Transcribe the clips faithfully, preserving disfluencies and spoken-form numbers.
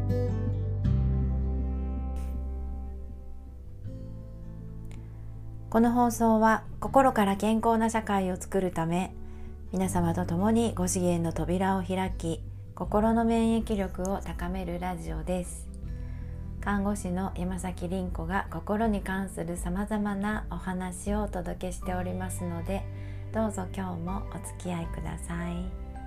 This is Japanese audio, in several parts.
この放送は心から健康な社会を作るため、皆様と共にご資源の扉を開き、心の免疫力を高めるラジオです。看護師の山崎凛子が心に関するさまざまなお話をお届けしておりますので、どうぞ今日もお付き合いください。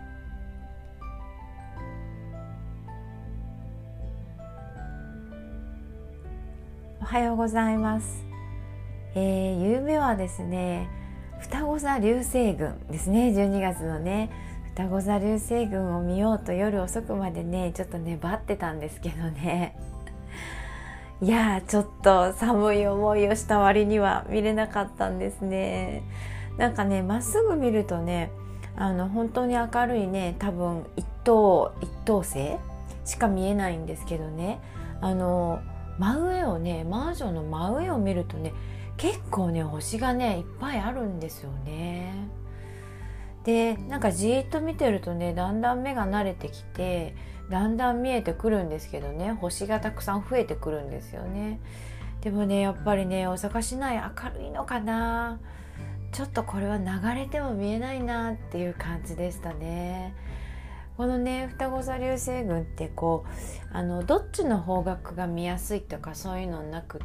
おはようございます。えー、夕べはですね、双子座流星群ですね、じゅうにがつのね双子座流星群を見ようと夜遅くまでねちょっと粘ってたんですけどねいやーちょっと寒い思いをした割には見れなかったんですね。なんかね、まっすぐ見るとね、あの本当に明るいね、多分一等一等星しか見えないんですけどね、あの真上をね、マンションの真上を見るとね、結構ね星がねいっぱいあるんですよね。でなんかじーっと見てるとね、だんだん目が慣れてきてだんだん見えてくるんですけどね、星がたくさん増えてくるんですよね。でもねやっぱりね、大阪市内明るいのかな、ちょっとこれは流れても見えないなっていう感じでしたね。このね双子座流星群ってこうあのどっちの方角が見やすいとかそういうのなくって、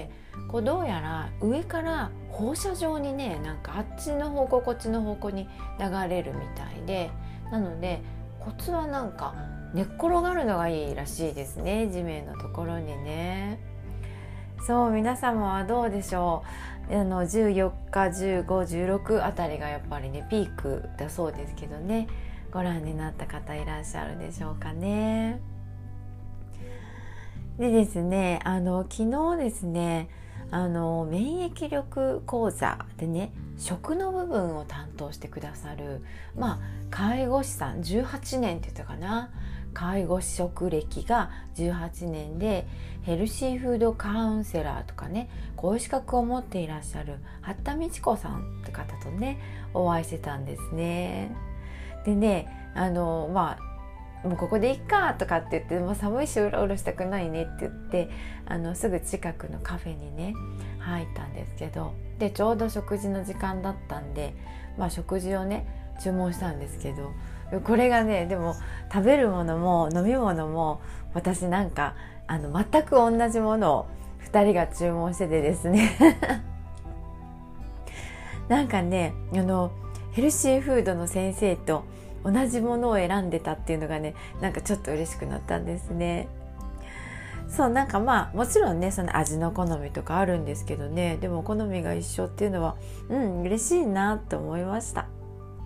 こうどうやら上から放射状にね、なんかあっちの方向こっちの方向に流れるみたいで、なのでコツはなんか寝っ転がるのがいいらしいですね、地面のところにね。そう、皆様はどうでしょう。あのじゅうよっかじゅうごじゅうろくあたりがやっぱりねピークだそうですけどね、ご覧になった方いらっしゃるでしょうかね。でですね、あの昨日ですね、あの免疫力講座でね、食の部分を担当してくださる、まあ介護士さんじゅうはちねんって言ったかな、介護士職歴がじゅうはちねんでヘルシーフードカウンセラーとかね、こういう資格を持っていらっしゃる八田美智子さんって方とねお会いしてたんですね。でね、あのまあもうここでいっかとかって言って、もう寒いしうろうろしたくないねって言って、あのすぐ近くのカフェにね入ったんですけど、でちょうど食事の時間だったんで、まあ食事をね注文したんですけど、これがね、でも食べるものも飲み物も私なんかあの全く同じものをふたりが注文しててですねなんかね、あのヘルシーフードの先生と同じものを選んでたっていうのがね、なんかちょっと嬉しくなったんですね。そう、なんかまあもちろんねその味の好みとかあるんですけどね、でも好みが一緒っていうのはうん嬉しいなと思いました。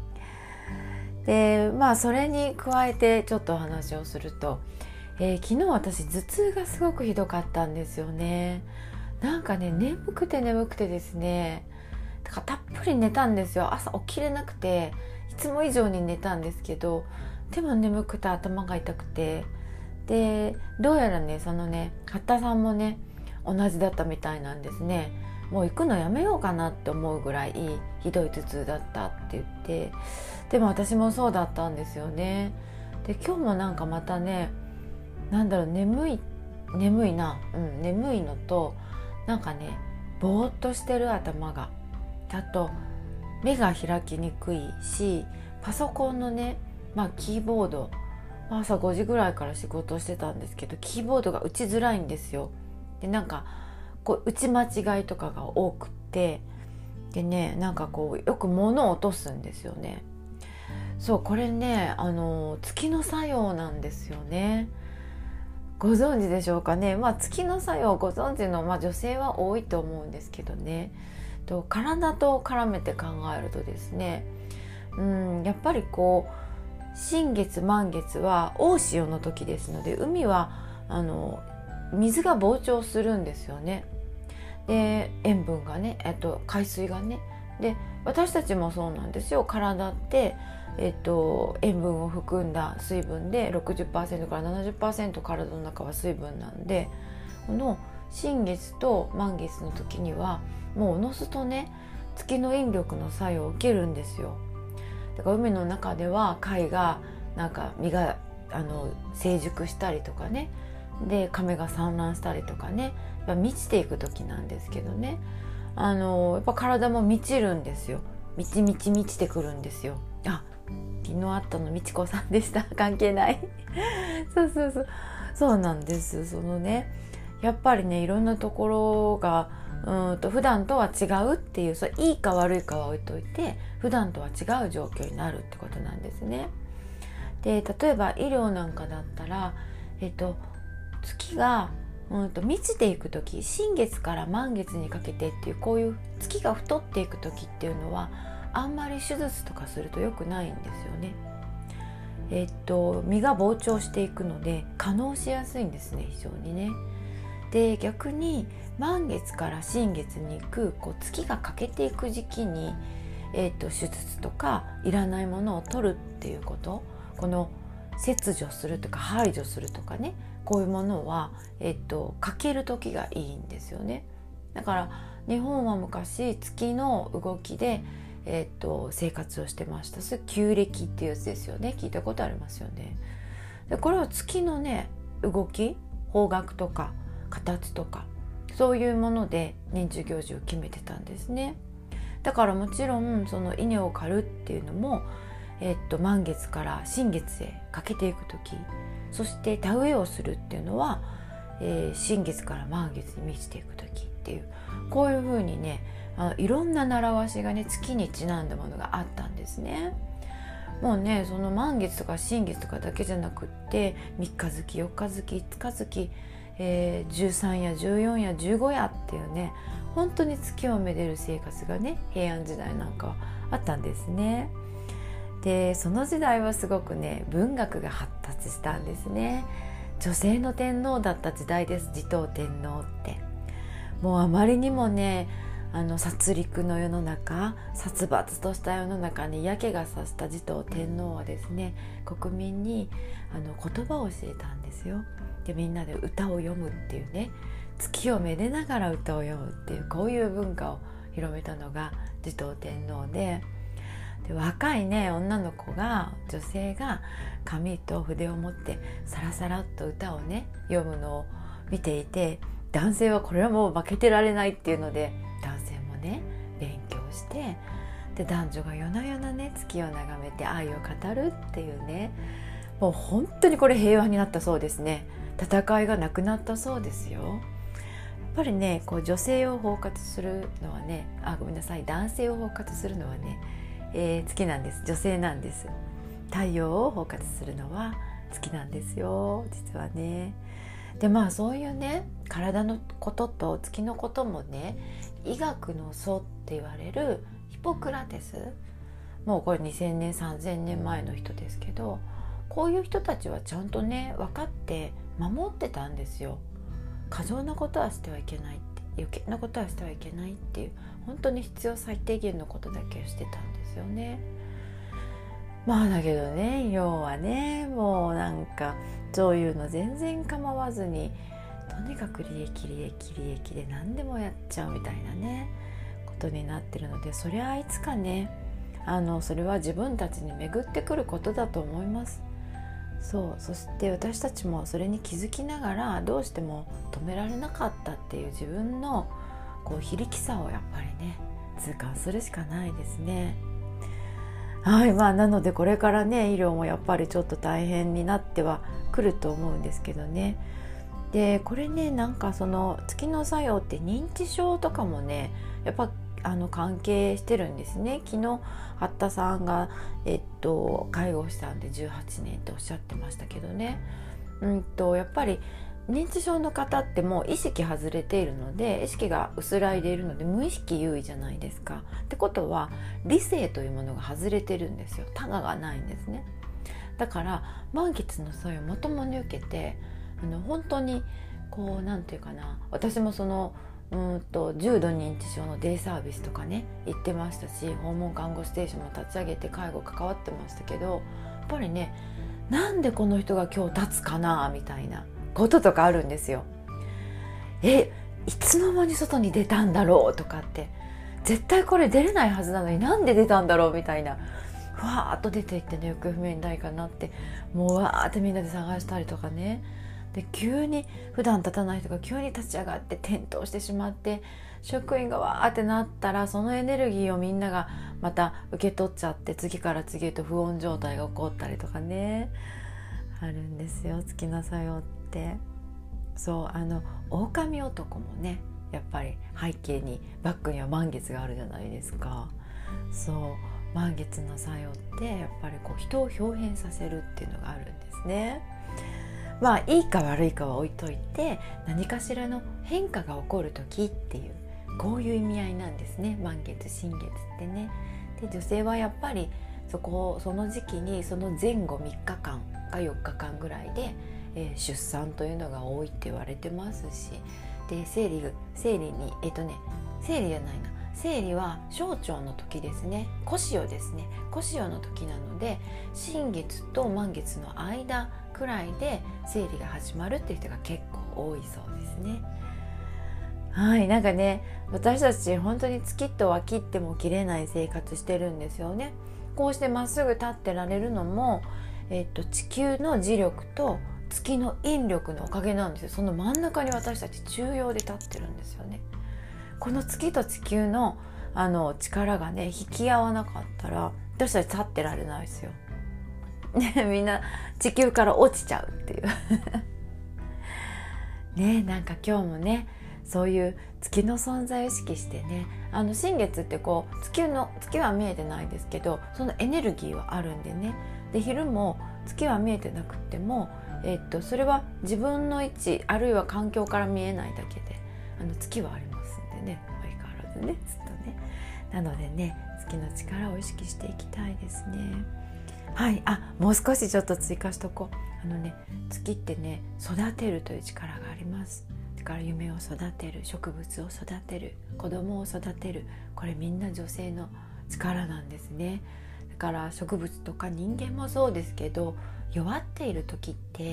でまあそれに加えてちょっとお話をすると、えー、昨日私頭痛がすごくひどかったんですよね。なんかね眠くて眠くてですね、だからたっぷり寝たんですよ。朝起きれなくていつも以上に寝たんですけど、でも眠くて頭が痛くて、でどうやらねそのね八田さんもね同じだったみたいなんですね。もう行くのやめようかなって思うぐらいひどい頭痛だったって言って、でも私もそうだったんですよね。で今日もなんかまたね、なんだろう、眠い眠いな、うん、眠いのと、なんかねぼーっとしてる頭が、あと目が開きにくいし、パソコンのね、まあ、キーボード、朝ごじぐらいから仕事をしてたんですけど、キーボードが打ちづらいんですよ。でなんかこう打ち間違いとかが多くって、でねなんかこうよく物を落とすんですよね。そう、これねあの月の作用なんですよね。ご存知でしょうかね。まあ月の作用ご存知の、まあ、女性は多いと思うんですけどね、と体と絡めて考えるとですね、うん、やっぱりこう新月満月は大潮の時ですので、海はあの水が膨張するんですよね。で塩分がね、えっと、海水がね、で私たちもそうなんですよ。体って、えっと、塩分を含んだ水分で ろくじゅっパーセント から ななじゅっパーセント 体の中は水分なんで、この新月と満月の時にはもうおのずとね月の引力の作用を受けるんですよ。だから海の中では貝がなんか身があの成熟したりとかね、 で亀が産卵したりとかね、やっぱ満ちていく時なんですけどね、あのやっぱ体も満ちるんですよ。満ち満ち満ちてくるんですよ。あ、昨日会ったのみちこさんでした。関係ないそうそうそうそうなんです。そのね、やっぱりね、いろんなところがうんと普段とは違うっていう、それいいか悪いかは置いといて、普段とは違う状況になるってことなんですね。で、例えば医療なんかだったら、えっと、月がうんと満ちていく時、新月から満月にかけてっていう、こういう月が太っていく時っていうのはあんまり手術とかすると良くないんですよね。えっと身が膨張していくので化膿しやすいんですね、非常にね。で、逆に満月から新月に行くこう月が欠けていく時期に、えっと手術とかいらないものを取るっていうこと、この切除するとか排除するとかね、こういうものは、えっと、かける時がいいんですよね。だから日本は昔月の動きで、えっと、生活をしてました。それ旧暦っていうやつですよね。聞いたことありますよね。で、これは月のね動き、方角とか形とかそういうもので年中行事を決めてたんですね。だからもちろんその稲を刈るっていうのも、えっと、満月から新月へかけていく時、そして田植えをするっていうのは、えー、新月から満月に満ちていく時っていう、こういうふうにね、あのいろんな習わしがね月にちなんだものがあったんですね。もうね、その満月とか新月とかだけじゃなくって、みっか月、よっか月、いつか月、えー、じゅうさんやじゅうよんやじゅうごやっていうね、本当に月をめでる生活がね、平安時代なんかはあったんですね。で、その時代はすごくね、文学が発達したんですね。女性の天皇だった時代です、持統天皇って。もうあまりにもね、あの殺戮の世の中、殺伐とした世の中に嫌気がさした持統天皇はですね、国民にあの言葉を教えたんですよ。で、みんなで歌を読むっていうね、月をめでながら歌を読むっていう、こういう文化を広めたのが持統天皇で、で、若いね女の子が、女性が紙と筆を持ってサラサラっと歌をね読むのを見ていて、男性はこれはもう負けてられないっていうので、男性もね勉強して、で男女が夜な夜なね月を眺めて愛を語るっていうね、もう本当にこれ平和になったそうですね。戦いがなくなったそうですよ。やっぱりね、こう女性を包括するのはね、あ、ごめんなさい、男性を包括するのはね、えー、月なんです。女性なんです。太陽を包括するのは月なんですよ、実はね。で、まあそういうね、体のことと月のこともね、医学の祖って言われるヒポクラテス、もうこれにせんねんさんぜんねんまえの人ですけど、こういう人たちはちゃんとね分かって守ってたんですよ。過剰なことはしてはいけないって、余計なことはしてはいけないっていう、本当に必要最低限のことだけをしてたんですよね。まあだけどね、要はね、もうなんかそういうの全然構わずに、とにかく利益利益利益で何でもやっちゃうみたいなねことになってるので、そりゃいつかね、あのそれは自分たちに巡ってくることだと思います。そう、そして私たちもそれに気づきながら、どうしても止められなかったっていう自分のこう非力さをやっぱりね痛感するしかないですね。はい、まあなのでこれからね、医療もやっぱりちょっと大変になってはくると思うんですけどね。で、これね、なんかその月の作用って認知症とかもね、やっぱあの関係してるんですね。昨日八田さんが、えっと、介護したんでじゅうはちねんっておっしゃってましたけどね、うんとやっぱり認知症の方ってもう意識外れているので、意識が薄らいでいるので無意識優位じゃないですか。ってことは理性というものが外れてるんですよ。他我がないんですね。だから満月の作用をまともに受けて、あの本当にこうなんていうかな、私もそのうんと重度認知症のデイサービスとかね行ってましたし、訪問看護ステーションも立ち上げて介護関わってましたけど、やっぱりね、なんでこの人が今日立つかなみたいなこととかあるんですよ。え、いつの間に外に出たんだろうとかって、絶対これ出れないはずなのになんで出たんだろうみたいな、ふわーっと出ていってね、行方不明にないかなって、もうわーってみんなで探したりとかね、 で急に普段立たない人が急に立ち上がって転倒してしまって、職員がわーってなったら、そのエネルギーをみんながまた受け取っちゃって、次から次へと不穏状態が起こったりとかね、あるんですよ、月の作用って。そうあの狼男もね、やっぱり背景にバックには満月があるじゃないですか。そう満月の作用ってやっぱりこう人を表変させるっていうのがあるんですね。まあいいか悪いかは置いといて、何かしらの変化が起こる時っていう、こういう意味合いなんですね、満月新月ってね。で女性はやっぱりそこその時期にその前後みっかかんかよっかかんぐらいで、えー、出産というのが多いって言われてますし、で生理生理にえっ、ー、とね生理じゃないな生理は小腸の時ですね、小潮ですね、小潮の時なので、新月と満月の間くらいで生理が始まるっていう人が結構多いそうですね。はい、なんかね、私たち本当に月とは切っても切れない生活してるんですよね。こうしてまっすぐ立ってられるのも、えっと、地球の磁力と月の引力のおかげなんですよ。その真ん中に私たち中央で立ってるんですよね。この月と地球のあの力がね引き合わなかったら、私たち立ってられないですよ。ね、みんな地球から落ちちゃうっていうね。なんか今日もね、そういう月の存在を意識してね、あの新月ってこう月の月は見えてないですけど、そのエネルギーはあるんでね。で昼も月は見えてなくっても、えっと、それは自分の位置あるいは環境から見えないだけで、あの月はありますんでね、相変わらずね、ずっとね。なのでね、月の力を意識していきたいですね。はい、あ、もう少しちょっと追加しとこう。あのね、月ってね、育てるという力があります。だから夢を育てる、植物を育てる、子供を育てる、これみんな女性の力なんですね。だから植物とか人間もそうですけど、弱っている時って、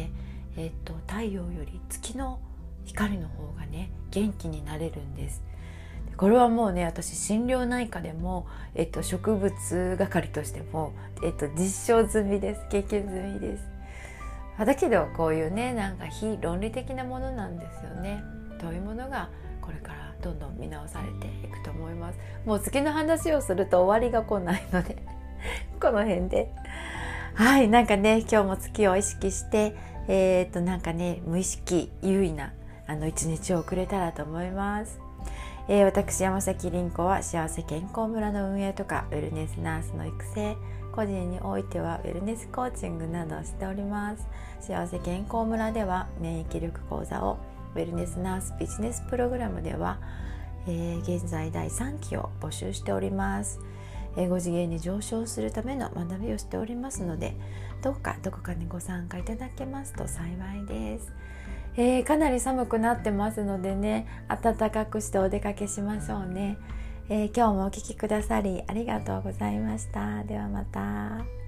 えっと、太陽より月の光の方がね元気になれるんです。これはもうね、私心療内科でも、えっと、植物係としても、えっと、実証済みです。経験済みです。だけどこういうね、なんか非論理的なものなんですよね。というものがこれからどんどん見直されていくと思います。もう月の話をすると終わりが来ないのでこの辺で、はい、なんかね、今日も月を意識して、えー、っとなんかね、無意識優位なあの一日を送れたらと思います。えー、私山崎凛子は幸せ健康村の運営とかウェルネスナースの育成、個人においてはウェルネスコーチングなどをしております。幸せ健康村では免疫力講座を、ウェルネスナースビジネスプログラムでは、えー、現在だいさんきを募集しております。えー、ご次元に上昇するための学びをしておりますので、どうかどこかにご参加いただけますと幸いです。えー、かなり寒くなってますのでね、暖かくしてお出かけしましょうね。えー、今日もお聞きくださりありがとうございました。ではまた。